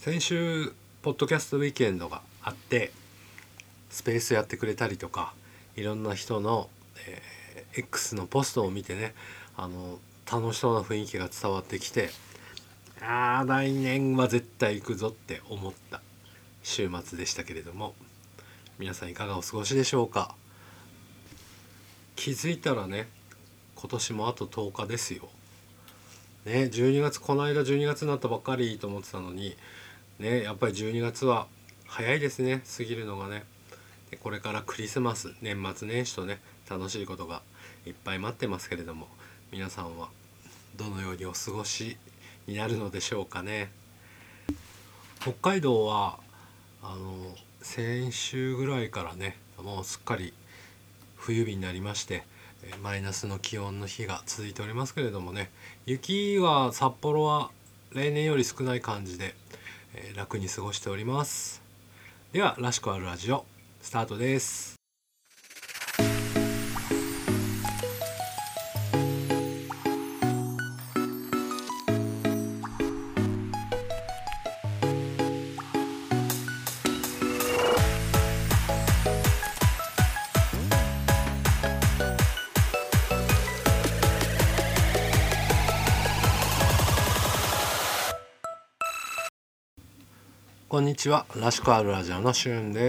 先週ポッドキャストウィークエンドがあって、スペースやってくれたりとか、いろんな人の、X のポストを見てね、楽しそうな雰囲気が伝わってきて、来年は絶対行くぞって思った週末でしたけれども、皆さんいかがお過ごしでしょうか。気づいたらね、今年もあと10日ですよね。12月、この間12月になったばっかりと思ってたのにね、やっぱり12月は早いですね、過ぎるのがね。でこれからクリスマス、年末年始とね、楽しいことがいっぱい待ってますけれども、皆さんはどのようにお過ごしになるのでしょうかね。北海道は先週ぐらいからね、もうすっかり冬日になりまして、マイナスの気温の日が続いておりますけれどもね、雪は札幌は例年より少ない感じで、楽に過ごしております。では、らしくあるラジオスタートです。こんにちは、らしくあるラジオのしゅんです。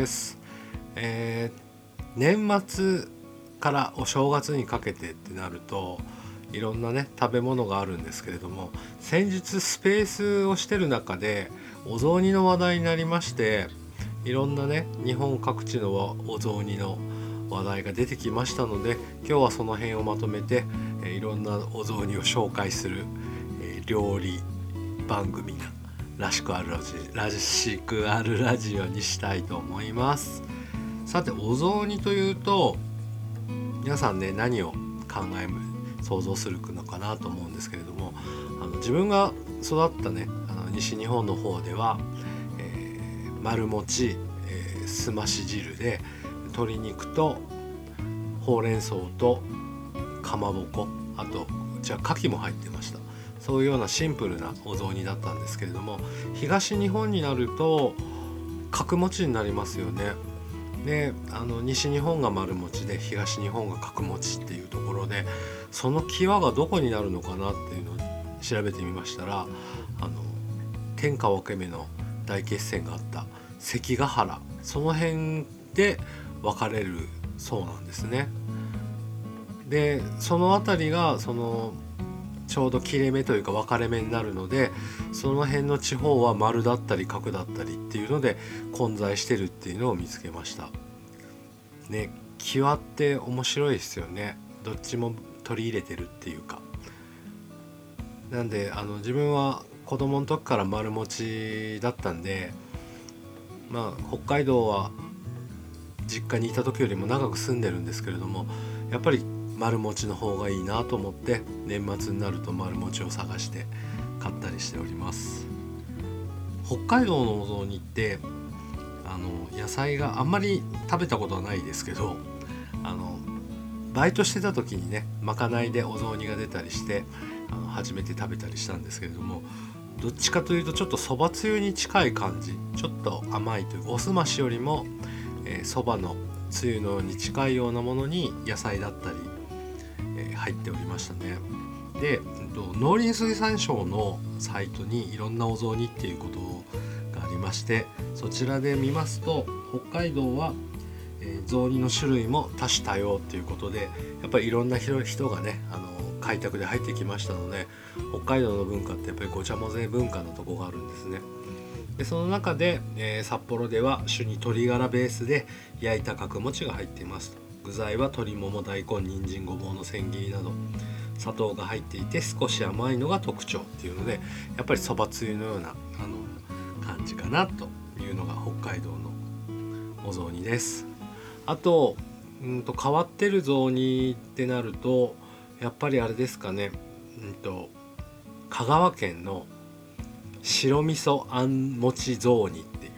年末からお正月にかけてってなると、いろんなね食べ物があるんですけれども、先日スペースをしてる中でお雑煮の話題になりまして、いろんなね日本各地のお雑煮の話題が出てきましたので、今日はその辺をまとめて、いろんなお雑煮を紹介する、料理番組ならしくあるラジオにしたいと思います。さて、お雑煮というと皆さんね、何を想像するのかなと思うんですけれども、自分が育ったね西日本の方では、丸餅、すまし汁で鶏肉とほうれん草とかまぼこ、あとじゃあ牡蠣も入ってました。そういうようなシンプルなお雑煮だったんですけれども、東日本になると角餅になりますよね。で、西日本が丸餅で東日本が角餅っていうところで、その際がどこになるのかなっていうのを調べてみましたら、天下分け目の大決戦があった関ヶ原、その辺で分かれるそうなんですね。でその辺りがちょうど切れ目というか分かれ目になるので、その辺の地方は丸だったり角だったりっていうので混在してるっていうのを見つけましたね。際って面白いですよね。どっちも取り入れてるっていうか。なんで自分は子供の時から丸餅だったんで、北海道は実家にいた時よりも長く住んでるんですけれども、やっぱり丸餅の方がいいなと思って、年末になると丸餅を探して買ったりしております。北海道のお雑煮って野菜があんまり食べたことはないですけど、バイトしてた時にね、まかないでお雑煮が出たりして初めて食べたりしたんですけれども、どっちかというとちょっとそばつゆに近い感じ、ちょっと甘いというか、おすましよりもそばのつゆのに近いようなものに野菜だったり、入っておりましたね。で、農林水産省のサイトにいろんなお雑煮っていうことがありまして、そちらで見ますと北海道は、雑煮の種類も多種多様ということで、やっぱりいろんな人がね開拓で入ってきましたので、北海道の文化ってやっぱりごちゃ混ぜ文化のとこがあるんですね。でその中で、札幌では主に鶏ガラベースで焼いた角餅が入っています。具材は鶏もも、大根、人参、ごぼうの千切りなど、砂糖が入っていて少し甘いのが特徴っていうので、やっぱりそばつゆのような感じかなというのが北海道のお雑煮です。あと変わってる雑煮ってなると、やっぱりあれですかね、香川県の白味噌あんもち雑煮っていう、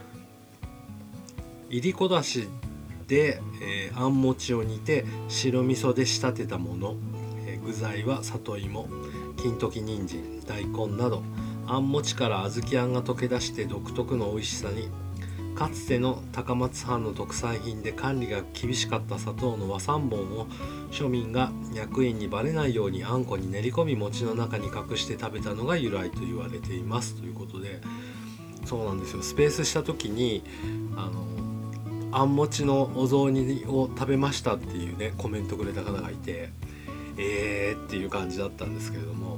いりこだしで、あんもちを煮て白味噌で仕立てたもの、具材は里芋、金時人参、大根など、 あん餅から小豆あんが溶け出して独特の美味しさに、かつての高松藩の特産品で管理が厳しかった砂糖の和三盆を庶民が役員にバレないようにあんこに練り込み餅の中に隠して食べたのが由来と言われていますということで、そうなんですよ。スペースした時にあん餅のお雑煮を食べましたっていうねコメントくれた方がいて、っていう感じだったんですけれども、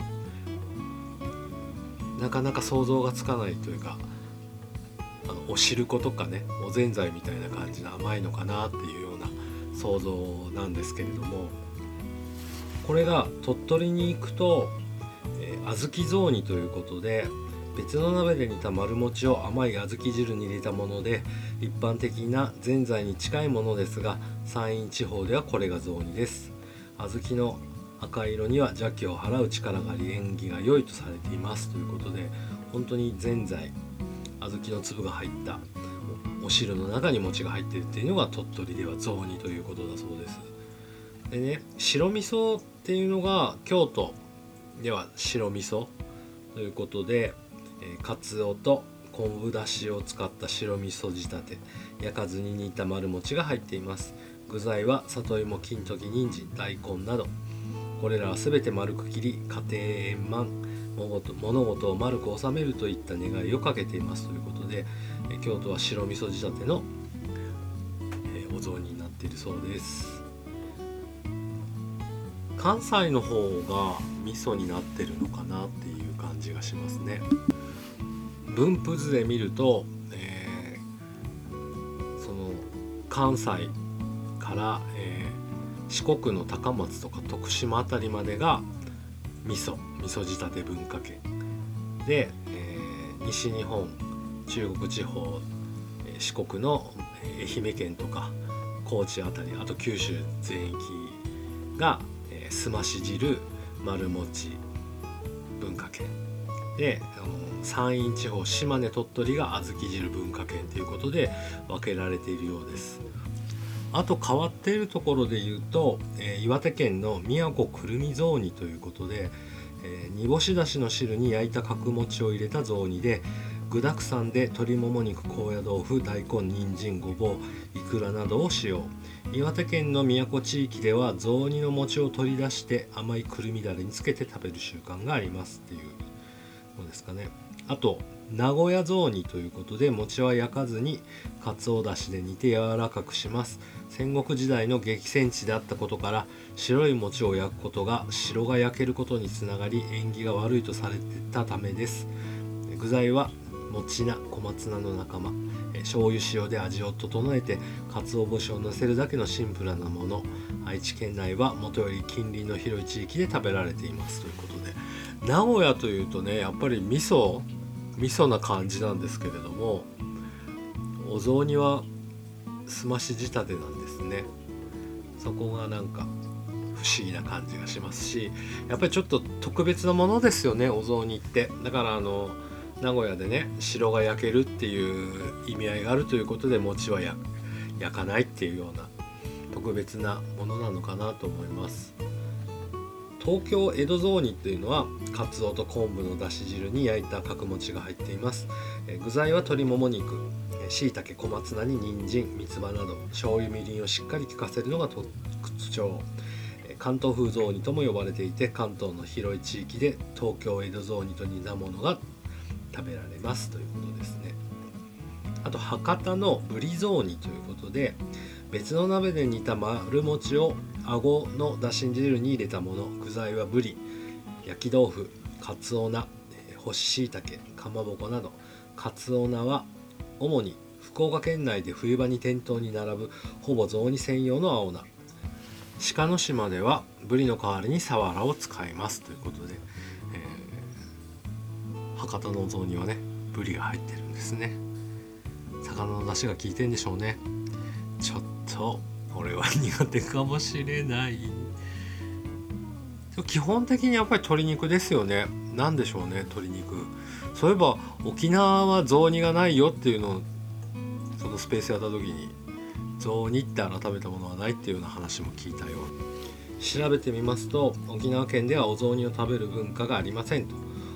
なかなか想像がつかないというか、お汁粉とかねおぜんざいみたいな感じの甘いのかなっていうような想像なんですけれども、これが鳥取に行くと、小豆雑煮ということで、別の鍋で煮た丸餅を甘い小豆汁に入れたもので、一般的なぜんざいに近いものですが、山陰地方ではこれが雑煮です。小豆の赤色には邪気を払う力があり、縁起が良いとされていますということで、本当にぜんざい、小豆の粒が入ったお汁の中に餅が入っているっていうのが鳥取では雑煮ということだそうです。でね、白味噌っていうのが京都では白味噌ということで、かつおと昆布だしを使った白味噌仕立て、焼かずに煮た丸餅が入っています。具材は里芋、金時、人参、大根など、これらは全て丸く切り、家庭円満、物事を丸く収めるといった願いをかけていますということで、京都は白味噌仕立てのお雑煮になっているそうです。関西の方が味噌になってるのかなっていう感じがしますね。分布図で見ると、その関西から、四国の高松とか徳島あたりまでが味噌仕立て文化圏で、西日本、中国地方、四国の愛媛県とか高知あたり、あと九州全域が、すまし汁、丸餅文化圏で、山陰地方、島根、鳥取が小豆汁文化圏ということで分けられているようです。あと変わっているところで言うと、岩手県の宮古くるみ雑煮ということで、煮干しだしの汁に焼いた角餅を入れた雑煮で、具沢山で鶏もも肉、高野豆腐、大根、人参、ごぼう、いくらなどを使用。岩手県の宮古地域では雑煮の餅を取り出して甘いくるみだれにつけて食べる習慣がありますっていうのですかね。あと名古屋雑煮ということで、餅は焼かずにかつおだしで煮て柔らかくします。戦国時代の激戦地であったことから、白い餅を焼くことが城が焼けることにつながり、縁起が悪いとされてたためです。具材はもち菜、小松菜の仲間、醤油塩で味を整えて鰹節をのせるだけのシンプルなもの。愛知県内はもとより近隣の広い地域で食べられていますということで、名古屋というとね、やっぱり味噌な感じなんですけれども、お雑煮はすまし仕立てなんですね。そこがなんか不思議な感じがしますし、やっぱりちょっと特別なものですよね、お雑煮って。だから名古屋でね、城が焼けるっていう意味合いがあるということで、餅は焼かないっていうような特別なものなのかなと思います。東京江戸雑煮っていうのは、かつおと昆布のだし汁に焼いた角餅が入っています。具材は鶏もも肉、椎茸、小松菜に人参、三つ葉など、醤油みりんをしっかり効かせるのが特徴。関東風雑煮とも呼ばれていて、関東の広い地域で東京江戸雑煮と似たものが食べられますということですね。あと博多のぶり雑煮ということで、別の鍋で煮た丸餅をあごのだし汁に入れたもの。具材はぶり、焼き豆腐、かつお菜、干し椎茸、かまぼこなど。かつお菜は主に福岡県内で冬場に店頭に並ぶほぼ雑煮専用の青菜。鹿の島ではぶりの代わりにサワラを使いますということで、博多のお雑煮はね、ぶりが入ってるんですね。魚の出汁が効いてんでしょうね。ちょっと俺は苦手かもしれない。基本的にやっぱり鶏肉ですよね。なんでしょうね、鶏肉。そういえば沖縄は雑煮がないよっていうのをそのスペースやった時に、雑煮って改めたものはないっていうような話も聞いたよ。調べてみますと、沖縄県ではお雑煮を食べる文化がありませんと。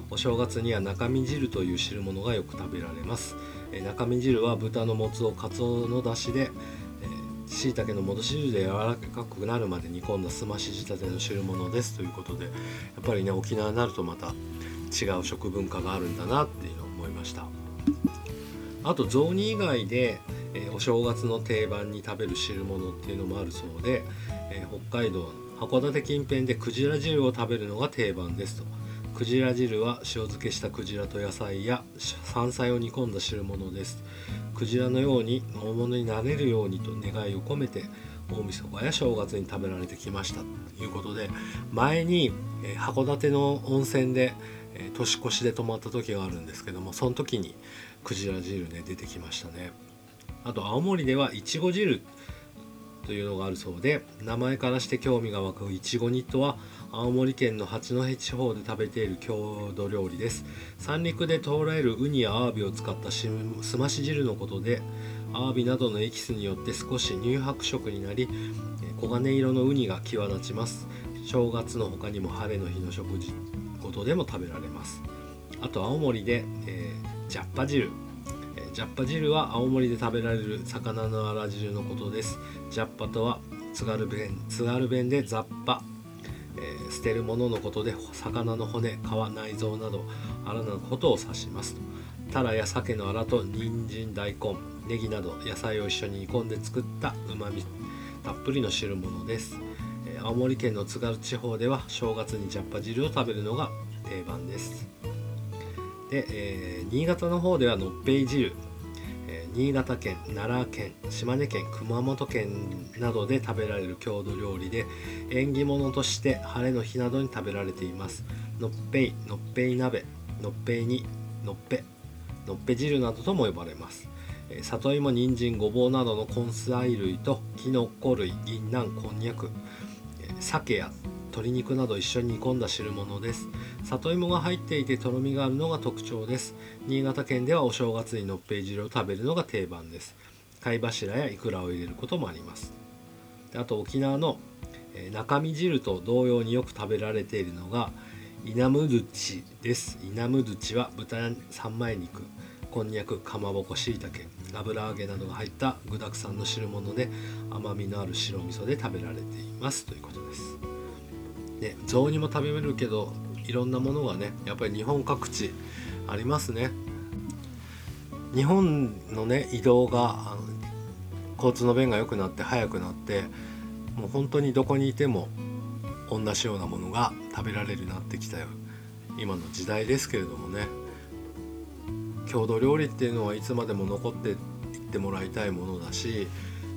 お正月には中身汁という汁物がよく食べられます。中身汁は豚のもつをかつおの出汁で椎茸の戻し汁で柔らかくなるまで煮込んだすまし仕立ての汁物ですということで、やっぱりね沖縄になるとまた違う食文化があるんだなっていうのを思いました。あと雑煮以外で、お正月の定番に食べる汁物っていうのもあるそうで、北海道函館近辺でクジラ汁を食べるのが定番ですと。クジラ汁は塩漬けしたクジラと野菜や山菜を煮込んだ汁物です。クジラのように大物になれるようにと願いを込めて大晦日や正月に食べられてきましたということで、前に函館の温泉で年越しで泊まった時があるんですけども、その時にクジラ汁ね出てきましたね。あと青森ではいちご汁というのがあるそうで、名前からして興味が湧くいちご煮とは青森県の八戸地方で食べている郷土料理です。三陸で取られるウニやアワビを使ったすまし汁のことで、アワビなどのエキスによって少し乳白色になり黄金色のウニが際立ちます。正月の他にも晴れの日の食事ごとでも食べられます。あと青森で、ジャッパ汁。ジャッパ汁は青森で食べられる魚のあら汁のことです。ジャッパとは津軽弁でザッパ、捨てるもののことで魚の骨、皮、内臓などあらのことを指します。タラや鮭のあらと人参、大根、ネギなど野菜を一緒に煮込んで作ったうまみたっぷりの汁物です。青森県の津軽地方では正月にジャッパ汁を食べるのが定番です。で、新潟の方ではのっぺい汁、新潟県、奈良県、島根県、熊本県などで食べられる郷土料理で、縁起物として晴れの日などに食べられています。のっぺい、のっぺい鍋、のっぺい煮、のっぺ汁などとも呼ばれます。里芋、人参、ごぼうなどの根菜類ときのこ類、銀杏、こんにゃく、鮭や鶏肉など一緒に煮込んだ汁物です。里芋が入っていてとろみがあるのが特徴です。新潟県ではお正月にのっぺい汁を食べるのが定番です。貝柱やイクラを入れることもあります。あと沖縄の中身汁と同様によく食べられているのがイナムドゥチです。イナムドゥチは豚三枚肉、こんにゃく、かまぼこ、しいたけ、油揚げなどが入った具沢山の汁物で、甘みのある白味噌で食べられていますということです。ね、雑煮も食べれるけどいろんなものがねやっぱり日本各地ありますね。日本のね移動が交通の便が良くなって早くなって、もう本当にどこにいても同じようなものが食べられるようになってきたよ今の時代ですけれどもね、郷土料理っていうのはいつまでも残っていってもらいたいものだし、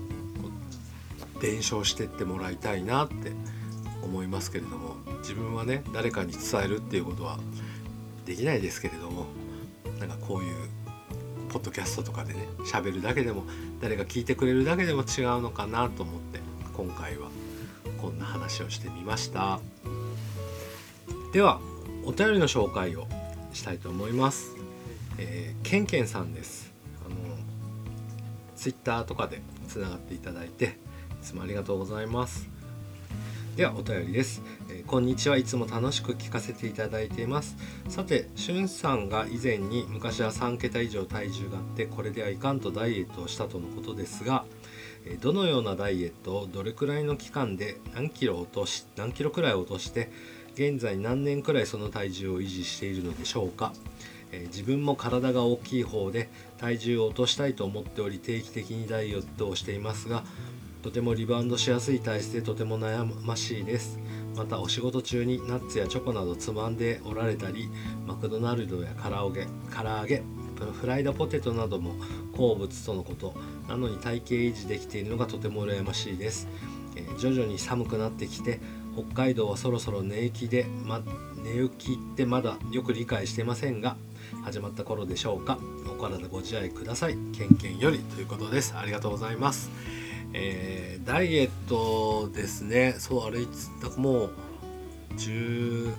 伝承していってもらいたいなって思いますけれども、自分はね誰かに伝えるっていうことはできないですけれども、なんかこういうポッドキャストとかでね喋るだけでも誰が聞いてくれるだけでも違うのかなと思って今回はこんな話をしてみました。ではお便りの紹介をしたいと思います。ケンケンさんです。ツイッターとかでつながっていただいていつもありがとうございます。ではお便りです。こんにちは。いつも楽しく聞かせていただいています。さて、しゅんさんが以前に昔は3桁以上体重があってこれではいかんとダイエットをしたとのことですが、どのようなダイエットをどれくらいの期間で何キロくらい落として現在何年くらいその体重を維持しているのでしょうか。自分も体が大きい方で体重を落としたいと思っており定期的にダイエットをしていますが、とてもリバウンドしやすい体質でとても悩ましいです。またお仕事中にナッツやチョコなどつまんでおられたり、マクドナルドや唐揚げ、フライドポテトなども好物とのことなのに体型維持できているのがとても羨ましいです。徐々に寒くなってきて北海道はそろそろ寝雪ってまだよく理解してませんが始まった頃でしょうか。お体ご自愛ください。ケンケンよりということです。ありがとうございます。ダイエットですね。そうあれだからもう15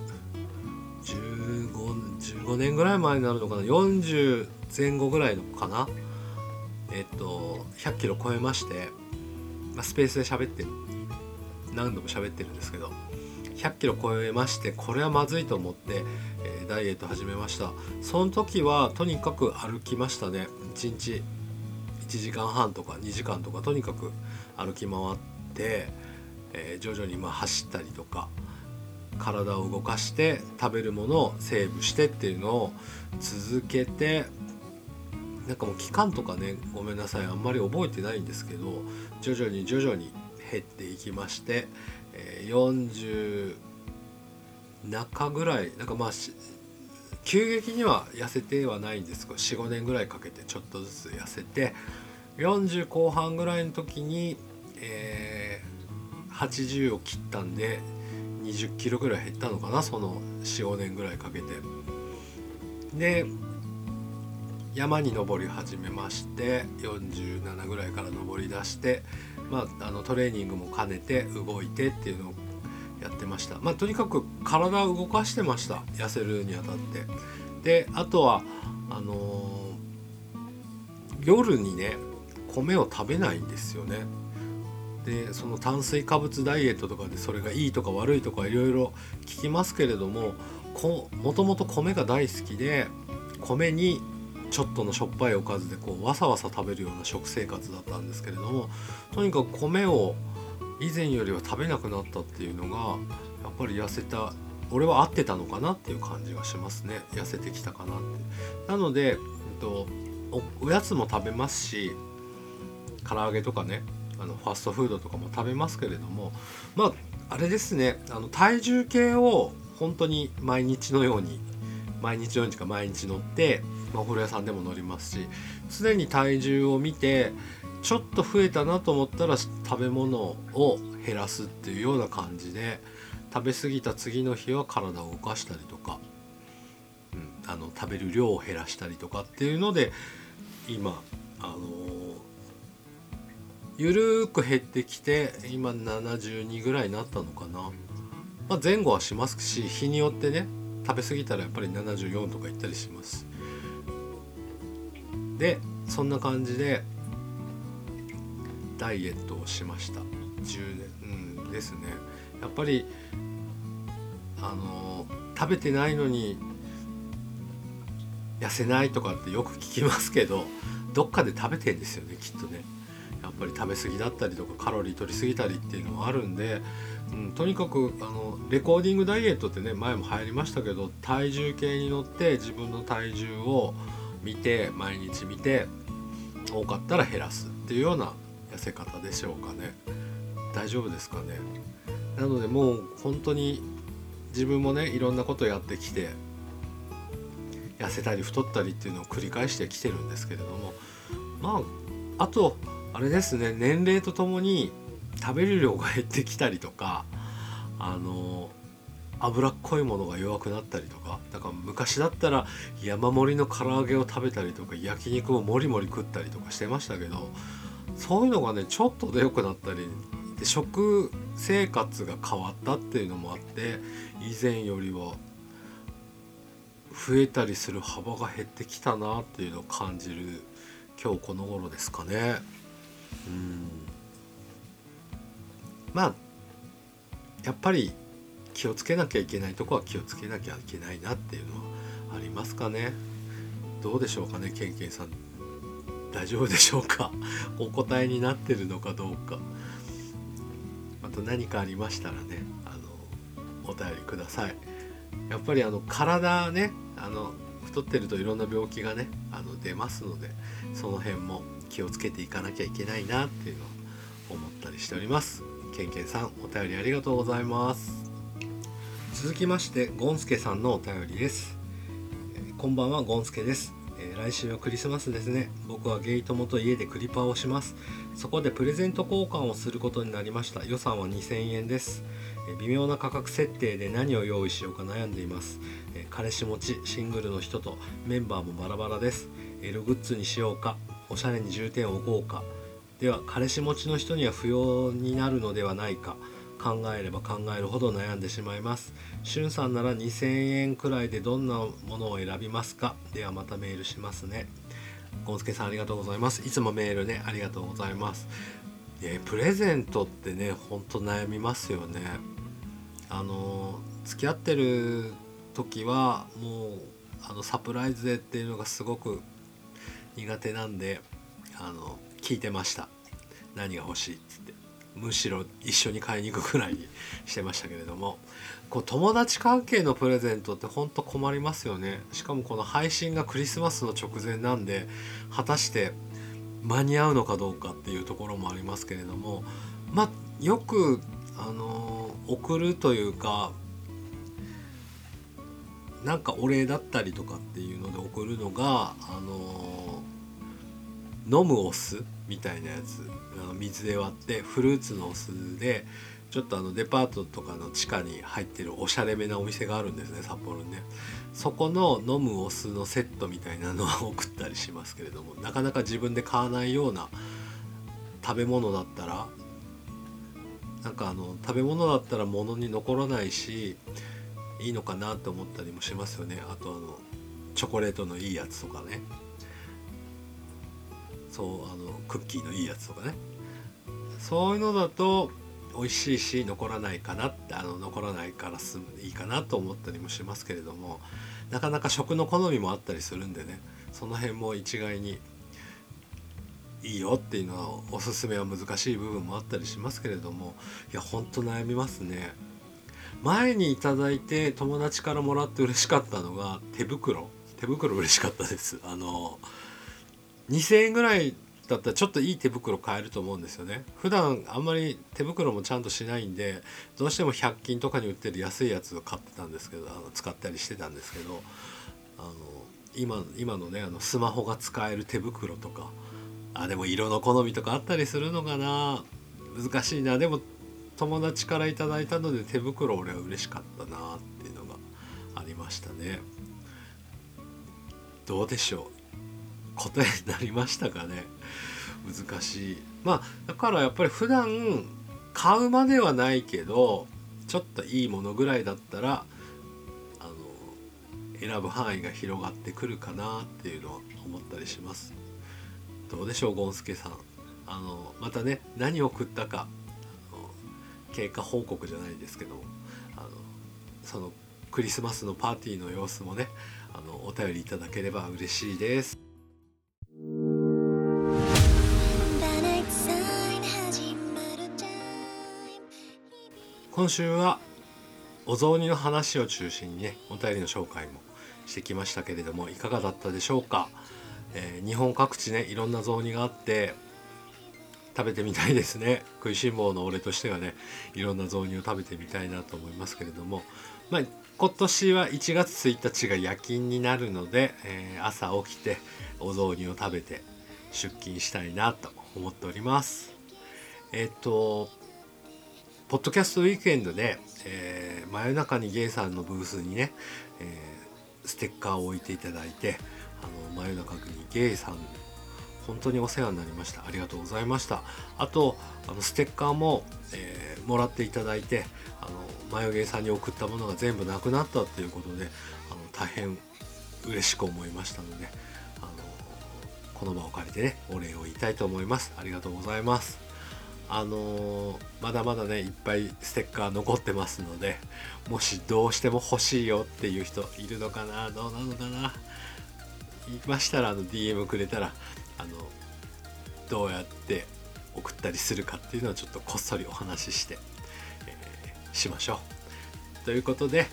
年ぐらい前になるのかな。40前後ぐらいのかな。100キロ超えまして、スペースで何度も喋ってるんですけど100キロ超えまして、これはまずいと思って、 ダイエット始めました。その時はとにかく歩きましたね。1日1時間半とか2時間とかとにかく歩き回って、徐々に走ったりとか体を動かして食べるものをセーブしてっていうのを続けて、なんかもう期間とかね、ごめんなさい、あんまり覚えてないんですけど、徐々に減っていきまして、40中ぐらい、なんか急激には痩せてはないんですが 4,5 年ぐらいかけてちょっとずつ痩せて、40後半ぐらいの時に、80を切ったんで20キロぐらい減ったのかな、その 4,5 年ぐらいかけて。で山に登り始めまして、47ぐらいから登り出して、トレーニングも兼ねて動いてっていうのをやってました。とにかく体を動かしてました、痩せるにあたって。であとは夜にね米を食べないんですよね。でその炭水化物ダイエットとかでそれがいいとか悪いとかいろいろ聞きますけれども、もともと米が大好きで、米にちょっとのしょっぱいおかずでわさわさ食べるような食生活だったんですけれども、とにかく米を以前よりは食べなくなったっていうのがやっぱり痩せた俺は合ってたのかなっていう感じがしますね。痩せてきたかなって。なので、おやつも食べますし、唐揚げとかね、ファストフードとかも食べますけれども、あれですね、体重計を本当に毎日のように毎日乗って、お風呂屋さんでも乗りますし、常に体重を見てちょっと増えたなと思ったら食べ物を減らすっていうような感じで、食べ過ぎた次の日は体を動かしたりとか、食べる量を減らしたりとかっていうので、今ゆるーく減ってきて、今72ぐらいになったのかな。前後はしますし、日によってね、食べ過ぎたらやっぱり74とかいったりします。でそんな感じでダイエットをしました。10年、ですね。やっぱり食べてないのに痩せないとかってよく聞きますけど、どっかで食べてんですよね、きっとね。やっぱり食べ過ぎだったりとかカロリー取り過ぎたりっていうのもあるんで、とにかくレコーディングダイエットってね、前も入りましたけど、体重計に乗って自分の体重を見て、毎日見て、多かったら減らすっていうような痩せ方でしょうかね。大丈夫ですかね。なのでもう本当に自分もね、いろんなことやってきて痩せたり太ったりっていうのを繰り返してきてるんですけれども、あとあれですね、年齢とともに食べる量が減ってきたりとか、脂っこいものが弱くなったりとか、だから昔だったら山盛りの唐揚げを食べたりとか、焼肉をもりもり食ったりとかしてましたけど、そういうのがねちょっとで良くなったりで、食生活が変わったっていうのもあって、以前よりは増えたりする幅が減ってきたなっていうのを感じる今日この頃ですかね。やっぱり気をつけなきゃいけないとこは気をつけなきゃいけないなっていうのはありますかね。どうでしょうかね、ケンケンさん、大丈夫でしょうかお答えになってるのかどうか。また何かありましたらね、お便りください。やっぱり体ね、太ってるといろんな病気がね出ますので、その辺も気をつけていかなきゃいけないなっていうのを思ったりしております。ケンケンさん、お便りありがとうございます。続きましてゴンスケさんのお便りです。こんばんは、ゴンスケです。来週はクリスマスですね。僕はゲイ友と家でクリパーをします。そこでプレゼント交換をすることになりました。予算は2000円です。微妙な価格設定で何を用意しようか悩んでいます。彼氏持ち、シングルの人とメンバーもバラバラです。エログッズにしようか、おしゃれに重点を置こうか、では彼氏持ちの人には不要になるのではないか、考えれば考えるほど悩んでしまいます。しゅんさんなら2000円くらいでどんなものを選びますか。ではまたメールしますね。ゴンスケさん、ありがとうございます。いつもメールね、ありがとうございます。プレゼントってね、ほんと悩みますよね。付き合ってる時はもうサプライズでっていうのがすごく苦手なんで聞いてました。何が欲しいっつって、むしろ一緒に買いに行くくらいにしてましたけれども、こう友達関係のプレゼントってほんと困りますよね。しかもこの配信がクリスマスの直前なんで、果たして間に合うのかどうかっていうところもありますけれども、よく送るというか、なんかお礼だったりとかっていうので送るのが飲むお酢みたいなやつ、水で割ってフルーツのお酢で、ちょっとデパートとかの地下に入ってるおしゃれめなお店があるんですね、札幌にね。そこの飲むお酢のセットみたいなのは送ったりしますけれども、なかなか自分で買わないような食べ物だったら、なんか食べ物だったら物に残らないしいいのかなと思ったりもしますよね。あとチョコレートのいいやつとかね、そうクッキーのいいやつとかね、そういうのだと美味しいし残らないかなって、残らないからいいかなと思ったりもしますけれども、なかなか食の好みもあったりするんでね、その辺も一概にいいよっていうのはおすすめは難しい部分もあったりしますけれども、いやほんと悩みますね。前にいただいて友達からもらって嬉しかったのが手袋嬉しかったです。2000円ぐらいだったらちょっといい手袋買えると思うんですよね。普段あんまり手袋もちゃんとしないんで、どうしても100均とかに売ってる安いやつを買ってたんですけど、使ったりしてたんですけど、今のねスマホが使える手袋とか、でも色の好みとかあったりするのかな、難しいな。でも友達からいただいたので手袋俺は嬉しかったなっていうのがありましたね。どうでしょう、答えになりましたかね。難しい。だからやっぱり普段買うまではないけど、ちょっといいものぐらいだったら選ぶ範囲が広がってくるかなっていうのは思ったりします。どうでしょう、ゴンスケさん。またね、何を食ったか経過報告じゃないですけど、そのクリスマスのパーティーの様子もね、お便りいただければ嬉しいです。今週はお雑煮の話を中心にね、お便りの紹介もしてきましたけれども、いかがだったでしょうか。日本各地ね、いろんな雑煮があって食べてみたいですね。食いしん坊の俺としてはね、いろんな雑煮を食べてみたいなと思いますけれども、今年は1月1日が夜勤になるので、朝起きてお雑煮を食べて出勤したいなと思っております。ポッドキャストウィークエンドで、真夜中にゲイさんのブースにね、ステッカーを置いていただいて、真夜中にゲイさん本当にお世話になりました。ありがとうございました。あとステッカーも、もらっていただいて、マヨゲーさんに送ったものが全部なくなったっていうことで大変嬉しく思いましたので、この場を借りてねお礼を言いたいと思います。ありがとうございます。まだまだねいっぱいステッカー残ってますので、もしどうしても欲しいよっていう人いるのかな、どうなのかな、いましたらDM くれたらどうやって送ったりするかっていうのはちょっとこっそりお話しして、しましょうということで、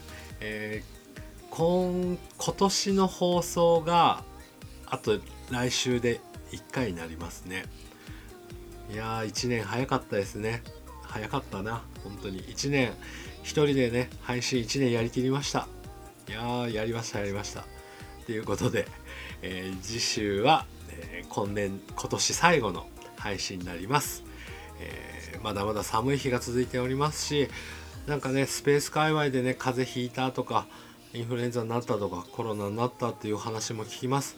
今年の放送があと来週で1回になりますね。いやー1年早かったですね。早かったな本当に。1年一人でね配信1年やりきりました。いやーやりましたということで、次週は、今年最後の配信になります。まだまだ寒い日が続いておりますし、なんかねスペース界隈でね風邪ひいたとかインフルエンザになったとかコロナになったっていう話も聞きます。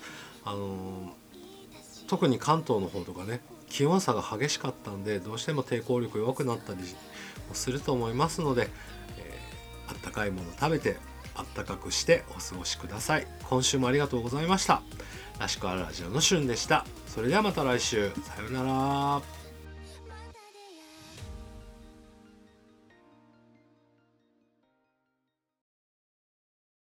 特に関東の方とかね気温差が激しかったんで、どうしても抵抗力弱くなったりもすると思いますので、あったかいもの食べてあったかくしてお過ごしください。今週もありがとうございました。らしくあるラジオのしゅんでした。それではまた来週、さようなら。